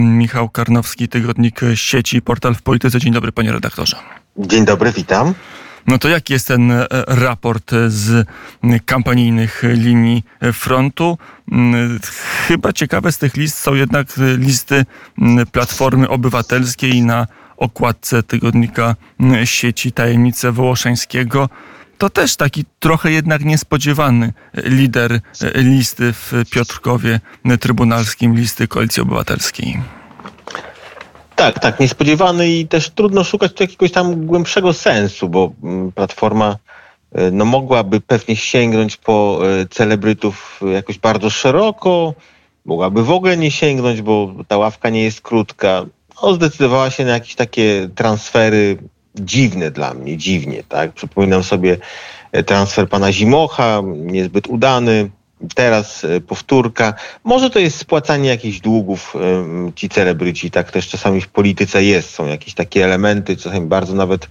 Michał Karnowski, tygodnik Sieci, portal w Polityce. Dzień dobry, panie redaktorze. Dzień dobry, witam. No to jaki jest ten raport z kampanijnych linii frontu? Chyba ciekawe z tych list są jednak listy Platformy Obywatelskiej na okładce tygodnika Sieci Tajemnice Wołoszańskiego. To też taki trochę jednak niespodziewany lider listy w Piotrkowie Trybunalskim, listy Koalicji Obywatelskiej. Tak, niespodziewany i też trudno szukać tu jakiegoś tam głębszego sensu, bo Platforma mogłaby pewnie sięgnąć po celebrytów jakoś bardzo szeroko, mogłaby w ogóle nie sięgnąć, bo ta ławka nie jest krótka. Zdecydowała się na jakieś takie transfery dziwne dla mnie, tak? Przypominam sobie transfer pana Zimocha, niezbyt udany. Teraz powtórka. Może to jest spłacanie jakichś długów, ci celebryci, tak też czasami w polityce jest. Są jakieś takie elementy, czasami bardzo nawet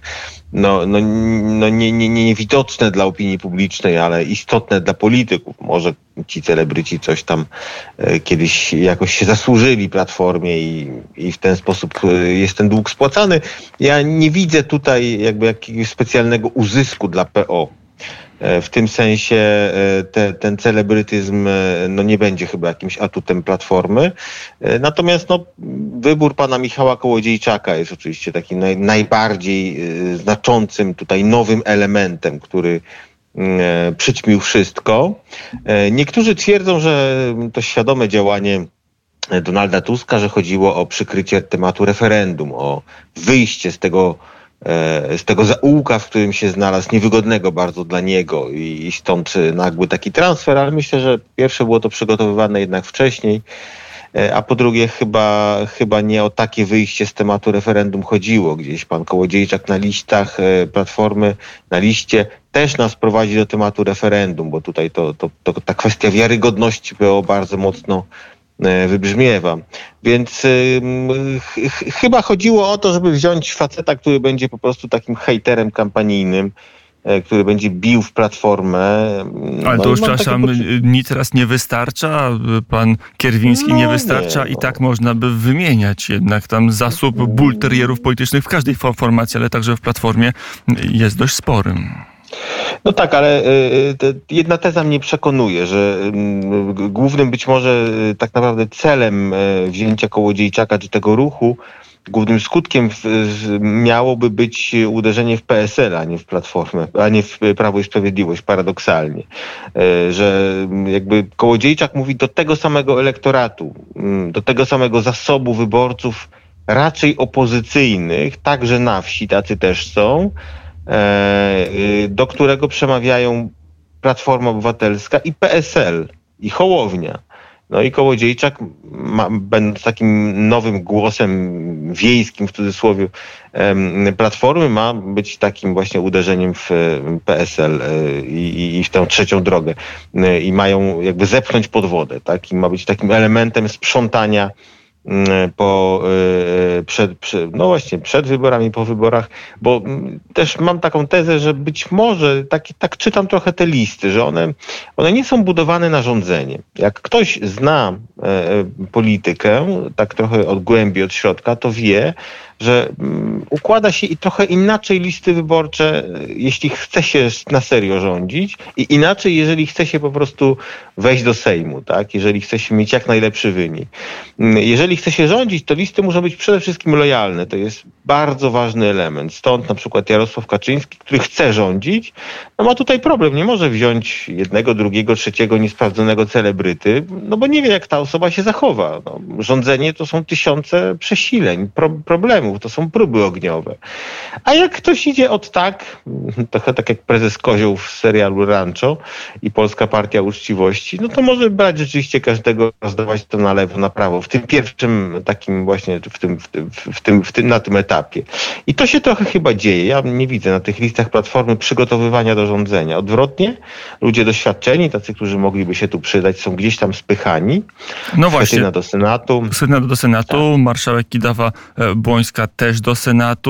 niewidoczne dla opinii publicznej, ale istotne dla polityków. Może ci celebryci coś tam kiedyś jakoś się zasłużyli Platformie i w ten sposób jest ten dług spłacany. Ja nie widzę tutaj jakby jakiegoś specjalnego uzysku dla PO. W tym sensie ten celebrytyzm nie będzie chyba jakimś atutem Platformy. Natomiast wybór pana Michała Kołodziejczaka jest oczywiście takim najbardziej znaczącym tutaj nowym elementem, który przyćmił wszystko. Niektórzy twierdzą, że to świadome działanie Donalda Tuska, że chodziło o przykrycie tematu referendum, o wyjście z tego zaułka, w którym się znalazł, niewygodnego bardzo dla niego i stąd nagły taki transfer, ale myślę, że pierwsze było to przygotowywane jednak wcześniej, a po drugie chyba nie o takie wyjście z tematu referendum chodziło. Gdzieś pan Kołodziejczak na listach Platformy, na liście też nas prowadzi do tematu referendum, bo tutaj ta kwestia wiarygodności PO bardzo mocno wybrzmiewa. Więc chyba chodziło o to, żeby wziąć faceta, który będzie po prostu takim hejterem kampanijnym, który będzie bił w Platformę. Ale to już, przepraszam, nic teraz nie wystarcza? Pan Kierwiński nie wystarcza? I tak można by wymieniać jednak tam zasób bulterierów politycznych w każdej formacji, ale także w Platformie jest dość sporym. No tak, ale jedna teza mnie przekonuje, że głównym być może tak naprawdę celem wzięcia Kołodziejczaka czy tego ruchu, głównym skutkiem miałoby być uderzenie w PSL, a nie w Platformę, a nie w Prawo i Sprawiedliwość, paradoksalnie. Że jakby Kołodziejczak mówi do tego samego elektoratu, do tego samego zasobu wyborców raczej opozycyjnych, także na wsi, tacy też są, do którego przemawiają Platforma Obywatelska i PSL, i Hołownia. No i Kołodziejczak, będąc takim nowym głosem wiejskim, w cudzysłowie, Platformy, ma być takim właśnie uderzeniem w PSL i w tę trzecią drogę. I mają jakby zepchnąć pod wodę, tak? I ma być takim elementem sprzątania przed wyborami, po wyborach, bo też mam taką tezę, że być może, tak czytam trochę te listy, że one nie są budowane na rządzenie. Jak ktoś zna politykę, tak trochę od głębi, od środka, to wie, że układa się i trochę inaczej listy wyborcze, jeśli chce się na serio rządzić i inaczej, jeżeli chce się po prostu wejść do Sejmu, tak? Jeżeli chce się mieć jak najlepszy wynik. Jeżeli chce się rządzić, to listy muszą być przede wszystkim lojalne. To jest bardzo ważny element. Stąd na przykład Jarosław Kaczyński, który chce rządzić, ma tutaj problem. Nie może wziąć jednego, drugiego, trzeciego niesprawdzonego celebryty, bo nie wie, jak ta osoba się zachowa. Rządzenie to są tysiące przesileń, problemów. To są próby ogniowe. A jak ktoś idzie trochę tak jak prezes Kozioł w serialu Rancho i Polska Partia Uczciwości, to może brać rzeczywiście każdego, rozdawać to na lewo, na prawo. W tym pierwszym takim właśnie, na tym etapie. I to się trochę chyba dzieje. Ja nie widzę na tych listach Platformy przygotowywania do rządzenia. Odwrotnie, ludzie doświadczeni, tacy, którzy mogliby się tu przydać, są gdzieś tam spychani. No właśnie. Schetyna do Senatu. Tak. Marszałek Kidawa-Błońska Tuska też do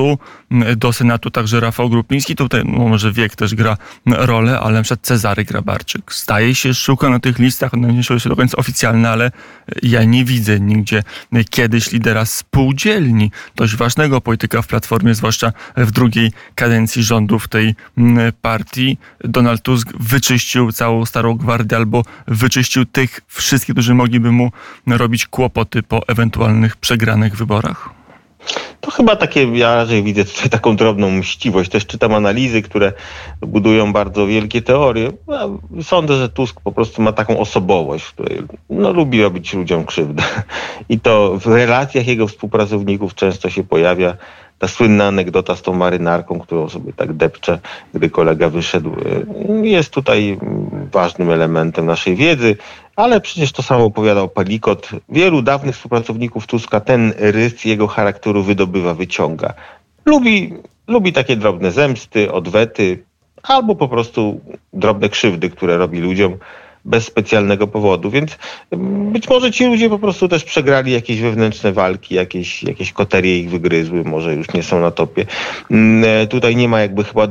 Senatu także Rafał Grupiński. Tutaj może wiek też gra rolę, ale na przykład Cezary Grabarczyk staje się, szuka na tych listach, one nie są jeszcze do końca oficjalne, ale ja nie widzę nigdzie kiedyś lidera spółdzielni, dość ważnego polityka w Platformie, zwłaszcza w drugiej kadencji rządów tej partii. Donald Tusk wyczyścił całą starą gwardię albo wyczyścił tych wszystkich, którzy mogliby mu robić kłopoty po ewentualnych przegranych wyborach. To chyba takie, ja raczej widzę tutaj taką drobną mściwość. Też czytam analizy, które budują bardzo wielkie teorie. Sądzę, że Tusk po prostu ma taką osobowość, w której lubi robić ludziom krzywdę. I to w relacjach jego współpracowników często się pojawia ta słynna anegdota z tą marynarką, którą sobie tak depcze, gdy kolega wyszedł. Jest tutaj ważnym elementem naszej wiedzy, ale przecież to samo opowiadał Palikot. Wielu dawnych współpracowników Tuska ten rys jego charakteru wyciąga. Lubi takie drobne zemsty, odwety, albo po prostu drobne krzywdy, które robi ludziom bez specjalnego powodu, więc być może ci ludzie po prostu też przegrali jakieś wewnętrzne walki, jakieś koterie ich wygryzły, może już nie są na topie. Tutaj nie ma jakby chyba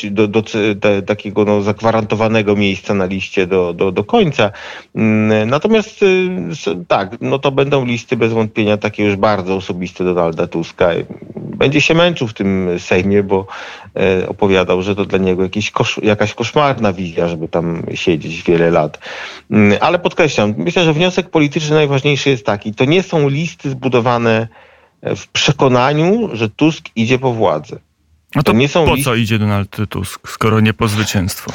takiego zagwarantowanego miejsca na liście do końca. Natomiast tak, to będą listy bez wątpienia takie już bardzo osobiste Donalda Tuska. Będzie się męczył w tym Sejmie, bo opowiadał, że to dla niego jakaś koszmarna wizja, żeby tam siedzieć wiele lat. Ale podkreślam, myślę, że wniosek polityczny najważniejszy jest taki. To nie są listy zbudowane w przekonaniu, że Tusk idzie po władzę. No to nie są co idzie Donald Tusk, skoro nie po zwycięstwo?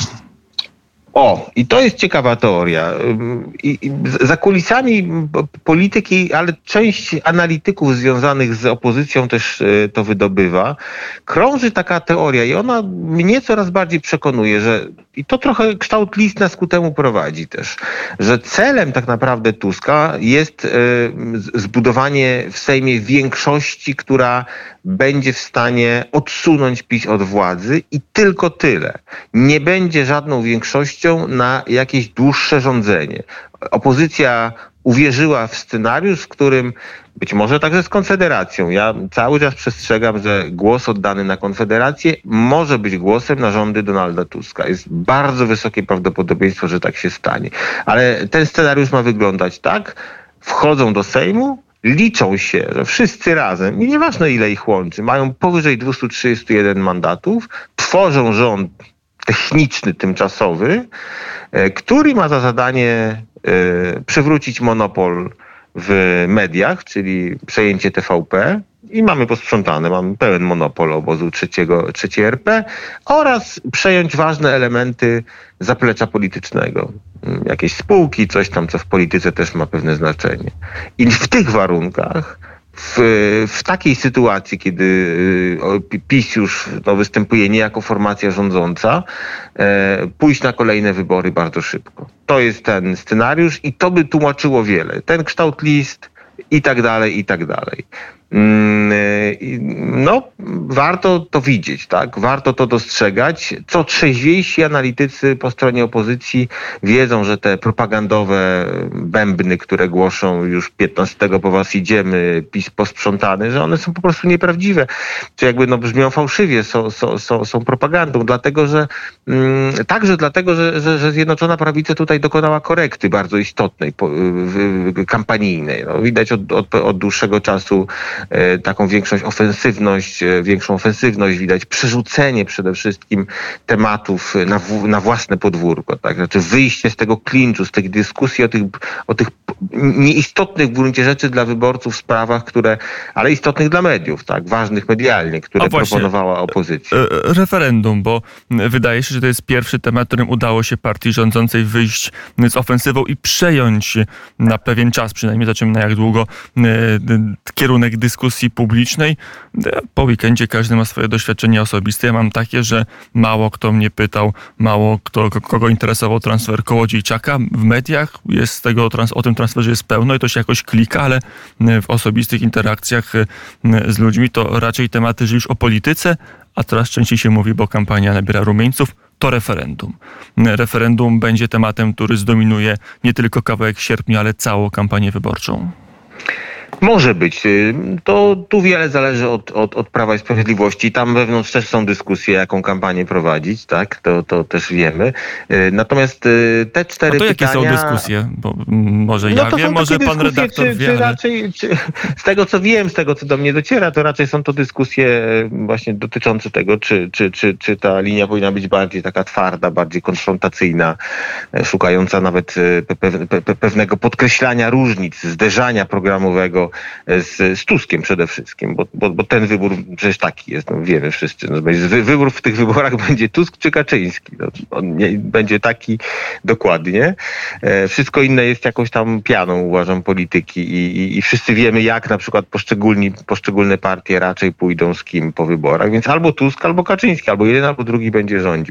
I to jest ciekawa teoria. Za kulisami polityki, ale część analityków związanych z opozycją też to wydobywa. Krąży taka teoria i ona mnie coraz bardziej przekonuje, i to trochę kształt list nas ku temu prowadzi też, że celem tak naprawdę Tuska jest zbudowanie w Sejmie większości, która będzie w stanie odsunąć PiS od władzy i tylko tyle. Nie będzie żadną większością na jakieś dłuższe rządzenie. Opozycja uwierzyła w scenariusz, w którym być może także z Konfederacją. Ja cały czas przestrzegam, że głos oddany na Konfederację może być głosem na rządy Donalda Tuska. Jest bardzo wysokie prawdopodobieństwo, że tak się stanie. Ale ten scenariusz ma wyglądać tak. Wchodzą do Sejmu, liczą się, że wszyscy razem, i nieważne ile ich łączy, mają powyżej 231 mandatów, tworzą rząd techniczny, tymczasowy, który ma za zadanie przywrócić monopol w mediach, czyli przejęcie TVP i mamy posprzątane, mamy pełen monopol obozu trzeciej RP oraz przejąć ważne elementy zaplecza politycznego. Jakieś spółki, coś tam, co w polityce też ma pewne znaczenie. I w tych warunkach, w takiej sytuacji, kiedy PiS już występuje nie jako formacja rządząca, pójść na kolejne wybory bardzo szybko. To jest ten scenariusz i to by tłumaczyło wiele. Ten kształt list i tak dalej, i tak dalej. Warto to widzieć, tak? Warto to dostrzegać. Co trzeźwiejsi analitycy po stronie opozycji wiedzą, że te propagandowe bębny, które głoszą już 15 po was idziemy, PiS posprzątany, że one są po prostu nieprawdziwe. Czy jakby brzmią fałszywie, są propagandą. Także dlatego, że Zjednoczona Prawica tutaj dokonała korekty bardzo istotnej, kampanijnej. Widać od dłuższego czasu taką większą ofensywność, widać przerzucenie przede wszystkim tematów na własne podwórko, tak? Znaczy wyjście z tego klinczu, z tej dyskusji o tych nieistotnych w gruncie rzeczy dla wyborców sprawach, ale istotnych dla mediów, tak? Ważnych medialnie, które proponowała opozycja. Referendum, bo wydaje się, że to jest pierwszy temat, którym udało się partii rządzącej wyjść z ofensywą i przejąć na pewien czas, przynajmniej zobaczymy na jak długo, kierunek dyskusji publicznej. Po weekendzie każdy ma swoje doświadczenie osobiste. Ja mam takie, że mało kto mnie pytał, mało kto, kogo interesował transfer Kołodziejczaka. W mediach jest o tym transferze jest pełno i to się jakoś klika, ale w osobistych interakcjach z ludźmi to raczej tematy, że już o polityce, a coraz częściej się mówi, bo kampania nabiera rumieńców, to referendum. Referendum będzie tematem, który zdominuje nie tylko kawałek sierpnia, ale całą kampanię wyborczą. Może być. To tu wiele zależy od Prawa i Sprawiedliwości. Tam wewnątrz też są dyskusje, jaką kampanię prowadzić, tak? To też wiemy. Natomiast te cztery to pytania... jakie są dyskusje? Bo może ja wiem, może pan redaktor wie. Czy raczej, z tego co wiem, z tego co do mnie dociera, to raczej są to dyskusje właśnie dotyczące tego, czy ta linia powinna być bardziej taka twarda, bardziej konfrontacyjna, szukająca nawet pewnego podkreślania różnic, zderzania programowego z Tuskiem przede wszystkim, bo ten wybór przecież taki jest, no wiemy wszyscy. No, wybór w tych wyborach będzie Tusk czy Kaczyński. No, on nie, będzie taki dokładnie. Wszystko inne jest jakąś tam pianą, uważam, polityki i wszyscy wiemy, jak na przykład poszczególne partie raczej pójdą z kim po wyborach, więc albo Tusk, albo Kaczyński, albo jeden, albo drugi będzie rządził.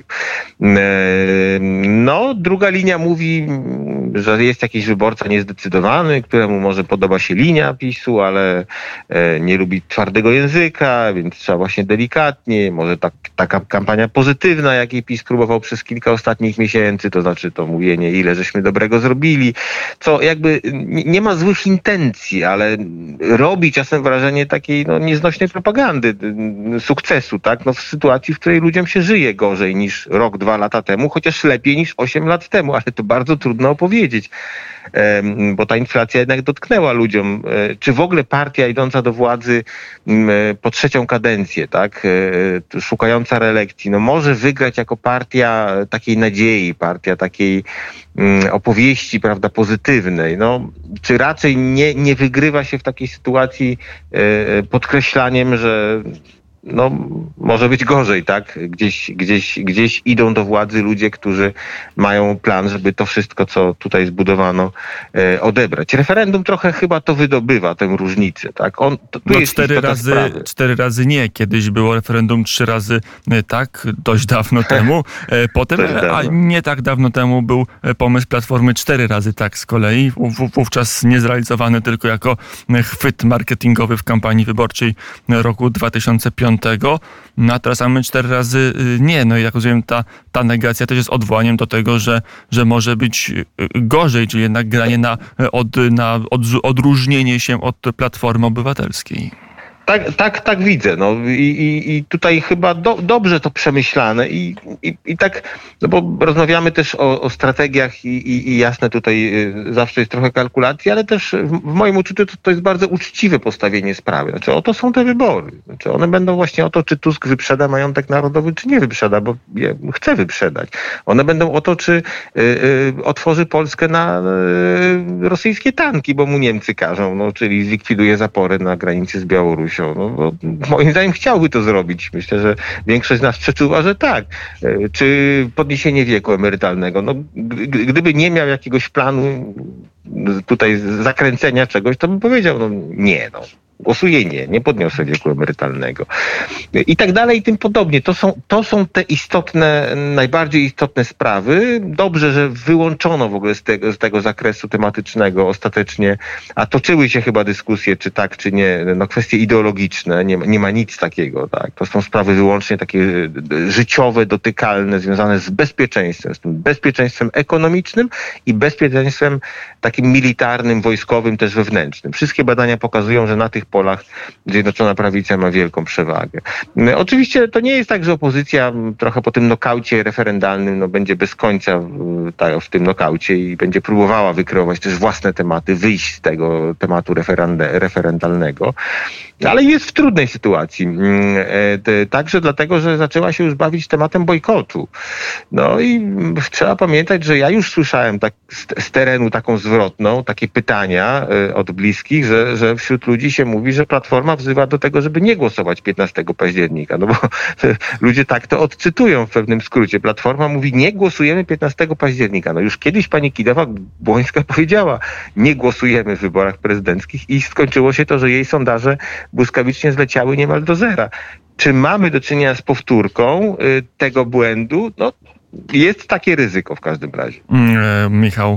No, druga linia mówi, że jest jakiś wyborca niezdecydowany, któremu może podoba się linia PiS-u, ale nie lubi twardego języka, więc trzeba właśnie delikatnie, może taka kampania pozytywna, jakiej PiS próbował przez kilka ostatnich miesięcy, to znaczy to mówienie, ile żeśmy dobrego zrobili, co jakby nie ma złych intencji, ale robi czasem wrażenie takiej nieznośnej propagandy, sukcesu, tak? No w sytuacji, w której ludziom się żyje gorzej niż rok, 2 lata temu, chociaż lepiej niż 8 lat temu, ale to bardzo trudno opowiedzieć, bo ta inflacja jednak dotknęła ludziom. Czy w ogóle partia idąca do władzy po 3. kadencję, tak, szukająca reelekcji, no może wygrać jako partia takiej nadziei, partia takiej opowieści, prawda, pozytywnej. No, czy raczej nie wygrywa się w takiej sytuacji podkreślaniem, że no, może być gorzej, tak? Gdzieś idą do władzy ludzie, którzy mają plan, żeby to wszystko, co tutaj zbudowano, odebrać. Referendum trochę chyba to wydobywa, tę różnicę, tak? Tu jest 4 razy nie. Kiedyś było referendum 3 razy tak, dość dawno temu. Potem, a nie tak dawno temu był pomysł Platformy 4 razy tak z kolei. Wówczas niezrealizowany tylko jako chwyt marketingowy w kampanii wyborczej roku 2005. No a teraz mamy 4 razy nie. No i jak rozumiem, ta negacja też jest odwołaniem do tego, że może być gorzej, czyli jednak granie na odróżnienie się od Platformy Obywatelskiej. Tak widzę. No. I tutaj chyba dobrze to przemyślane i tak, no bo rozmawiamy też o strategiach i jasne tutaj zawsze jest trochę kalkulacji, ale też w moim uczuciu to jest bardzo uczciwe postawienie sprawy. Znaczy oto są te wybory. Znaczy one będą właśnie o to, czy Tusk wyprzeda majątek narodowy, czy nie wyprzeda, bo chce wyprzedać. One będą o to, czy otworzy Polskę na rosyjskie tanki, bo mu Niemcy każą, no, czyli zlikwiduje zapory na granicy z Białorusią. No, bo moim zdaniem chciałby to zrobić. Myślę, że większość z nas przeczuwa, że tak. Czy podniesienie wieku emerytalnego? No, gdyby nie miał jakiegoś planu tutaj zakręcenia czegoś, to bym powiedział, no nie, no. Głosuję nie podniosę wieku emerytalnego. I tak dalej, i tym podobnie. To są te istotne, najbardziej istotne sprawy. Dobrze, że wyłączono w ogóle z tego zakresu tematycznego ostatecznie, a toczyły się chyba dyskusje, czy tak, czy nie, no kwestie ideologiczne, nie ma nic takiego, tak. To są sprawy wyłącznie takie życiowe, dotykalne, związane z bezpieczeństwem, z tym bezpieczeństwem ekonomicznym i bezpieczeństwem takim militarnym, wojskowym, też wewnętrznym. Wszystkie badania pokazują, że na tych polach Zjednoczona Prawica ma wielką przewagę. Oczywiście to nie jest tak, że opozycja trochę po tym nokaucie referendalnym będzie bez końca w tym nokaucie i będzie próbowała wykreować też własne tematy, wyjść z tego tematu referendalnego, ale jest w trudnej sytuacji. Także dlatego, że zaczęła się już bawić tematem bojkotu. No i trzeba pamiętać, że ja już słyszałem z terenu taką zwrotną, takie pytania od bliskich, że wśród ludzi się mówi, że Platforma wzywa do tego, żeby nie głosować 15 października. No bo ludzie tak to odczytują w pewnym skrócie. Platforma mówi, nie głosujemy 15 października. No już kiedyś pani Kidawa-Błońska powiedziała, nie głosujemy w wyborach prezydenckich i skończyło się to, że jej sondaże błyskawicznie zleciały niemal do zera. Czy mamy do czynienia z powtórką tego błędu? No, jest takie ryzyko w każdym razie. Michał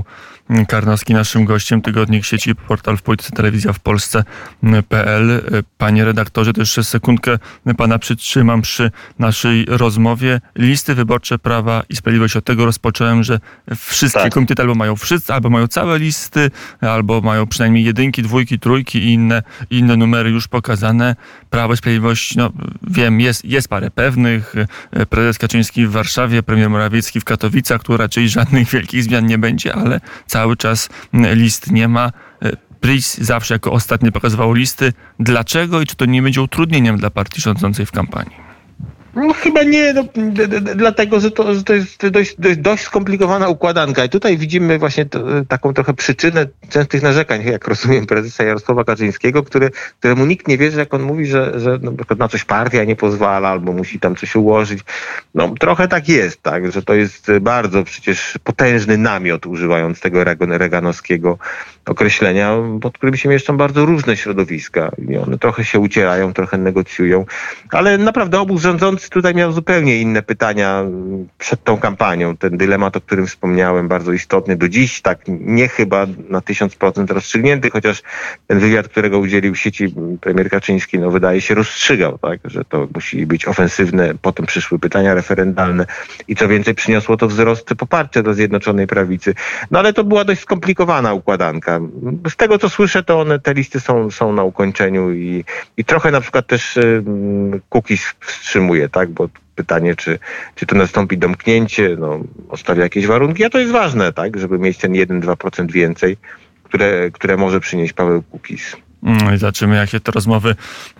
Karnowski naszym gościem, tygodnik sieci, portal w Polityce, telewizja w Polsce.pl. Panie redaktorze, to jeszcze sekundkę pana przytrzymam przy naszej rozmowie. Listy wyborcze Prawa i Sprawiedliwości. Od tego rozpocząłem, że wszystkie komitety albo mają całe listy, albo mają przynajmniej jedynki, dwójki, trójki i inne numery już pokazane. Prawo i Sprawiedliwość, no wiem, jest parę pewnych. Prezes Kaczyński w Warszawie, premier Morawiecki w Katowicach, tu raczej żadnych wielkich zmian nie będzie, ale cały czas list nie ma. PiS zawsze jako ostatnie pokazywało listy. Dlaczego i czy to nie będzie utrudnieniem dla partii rządzącej w kampanii? No chyba nie, dlatego, że to jest dość skomplikowana układanka i tutaj widzimy właśnie taką trochę przyczynę częstych narzekań, jak rozumiem, prezesa Jarosława Kaczyńskiego, któremu nikt nie wierzy, jak on mówi, że na przykład na coś partia nie pozwala albo musi tam coś ułożyć. No trochę tak jest, tak, że to jest bardzo przecież potężny namiot, używając tego reganowskiego określenia, pod którym się mieszczą bardzo różne środowiska i one trochę się ucierają, trochę negocjują, ale naprawdę obóz rządzący tutaj miał zupełnie inne pytania przed tą kampanią. Ten dylemat, o którym wspomniałem, bardzo istotny. Do dziś tak nie chyba na 1000% rozstrzygnięty, chociaż ten wywiad, którego udzielił sieci premier Kaczyński, no wydaje się rozstrzygał, tak, że to musi być ofensywne. Potem przyszły pytania referendalne i co więcej przyniosło to wzrost poparcia do Zjednoczonej Prawicy. No ale to była dość skomplikowana układanka. Z tego, co słyszę, to te listy są na ukończeniu i trochę na przykład też Kukiz wstrzymuje, tak, bo pytanie, czy tu nastąpi domknięcie, ostawia jakieś warunki, a to jest ważne, tak, żeby mieć ten 1-2% więcej, które może przynieść Paweł Kukiz. Zobaczymy, jak się te rozmowy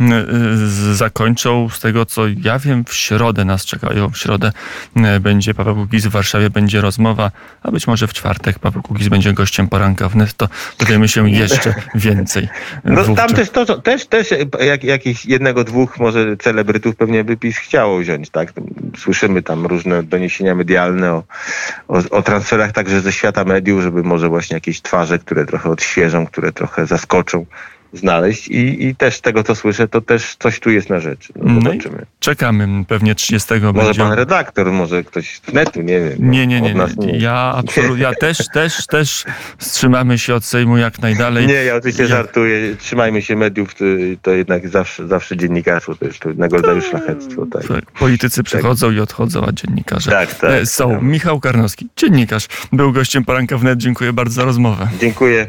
zakończą. Z tego, co ja wiem, w środę nas czekają. W środę będzie Paweł Kukiz w Warszawie, będzie rozmowa, a być może w czwartek Paweł Kukiz będzie gościem poranka wnet, to dowiemy się jeszcze więcej. No tam też jakichś jednego, dwóch może celebrytów pewnie by PiS chciało wziąć, tak? Słyszymy tam różne doniesienia medialne o transferach także ze świata mediów, żeby może właśnie jakieś twarze, które trochę odświeżą, które trochę zaskoczą, znaleźć i też z tego, co słyszę, to też coś tu jest na rzeczy. Zobaczymy. Czekamy. Pewnie 30 może będzie... pan redaktor, może ktoś z netu, nie wiem. Nie. Ja też wstrzymamy się od Sejmu jak najdalej. Nie, ja oczywiście żartuję. Trzymajmy się mediów, to jednak zawsze dziennikarstwo to jest pewnego rodzaju szlachectwo. Tak. Politycy przychodzą i odchodzą, a dziennikarze są. Tak. Michał Karnowski, dziennikarz, był gościem poranka wnet. Dziękuję bardzo za rozmowę. Dziękuję.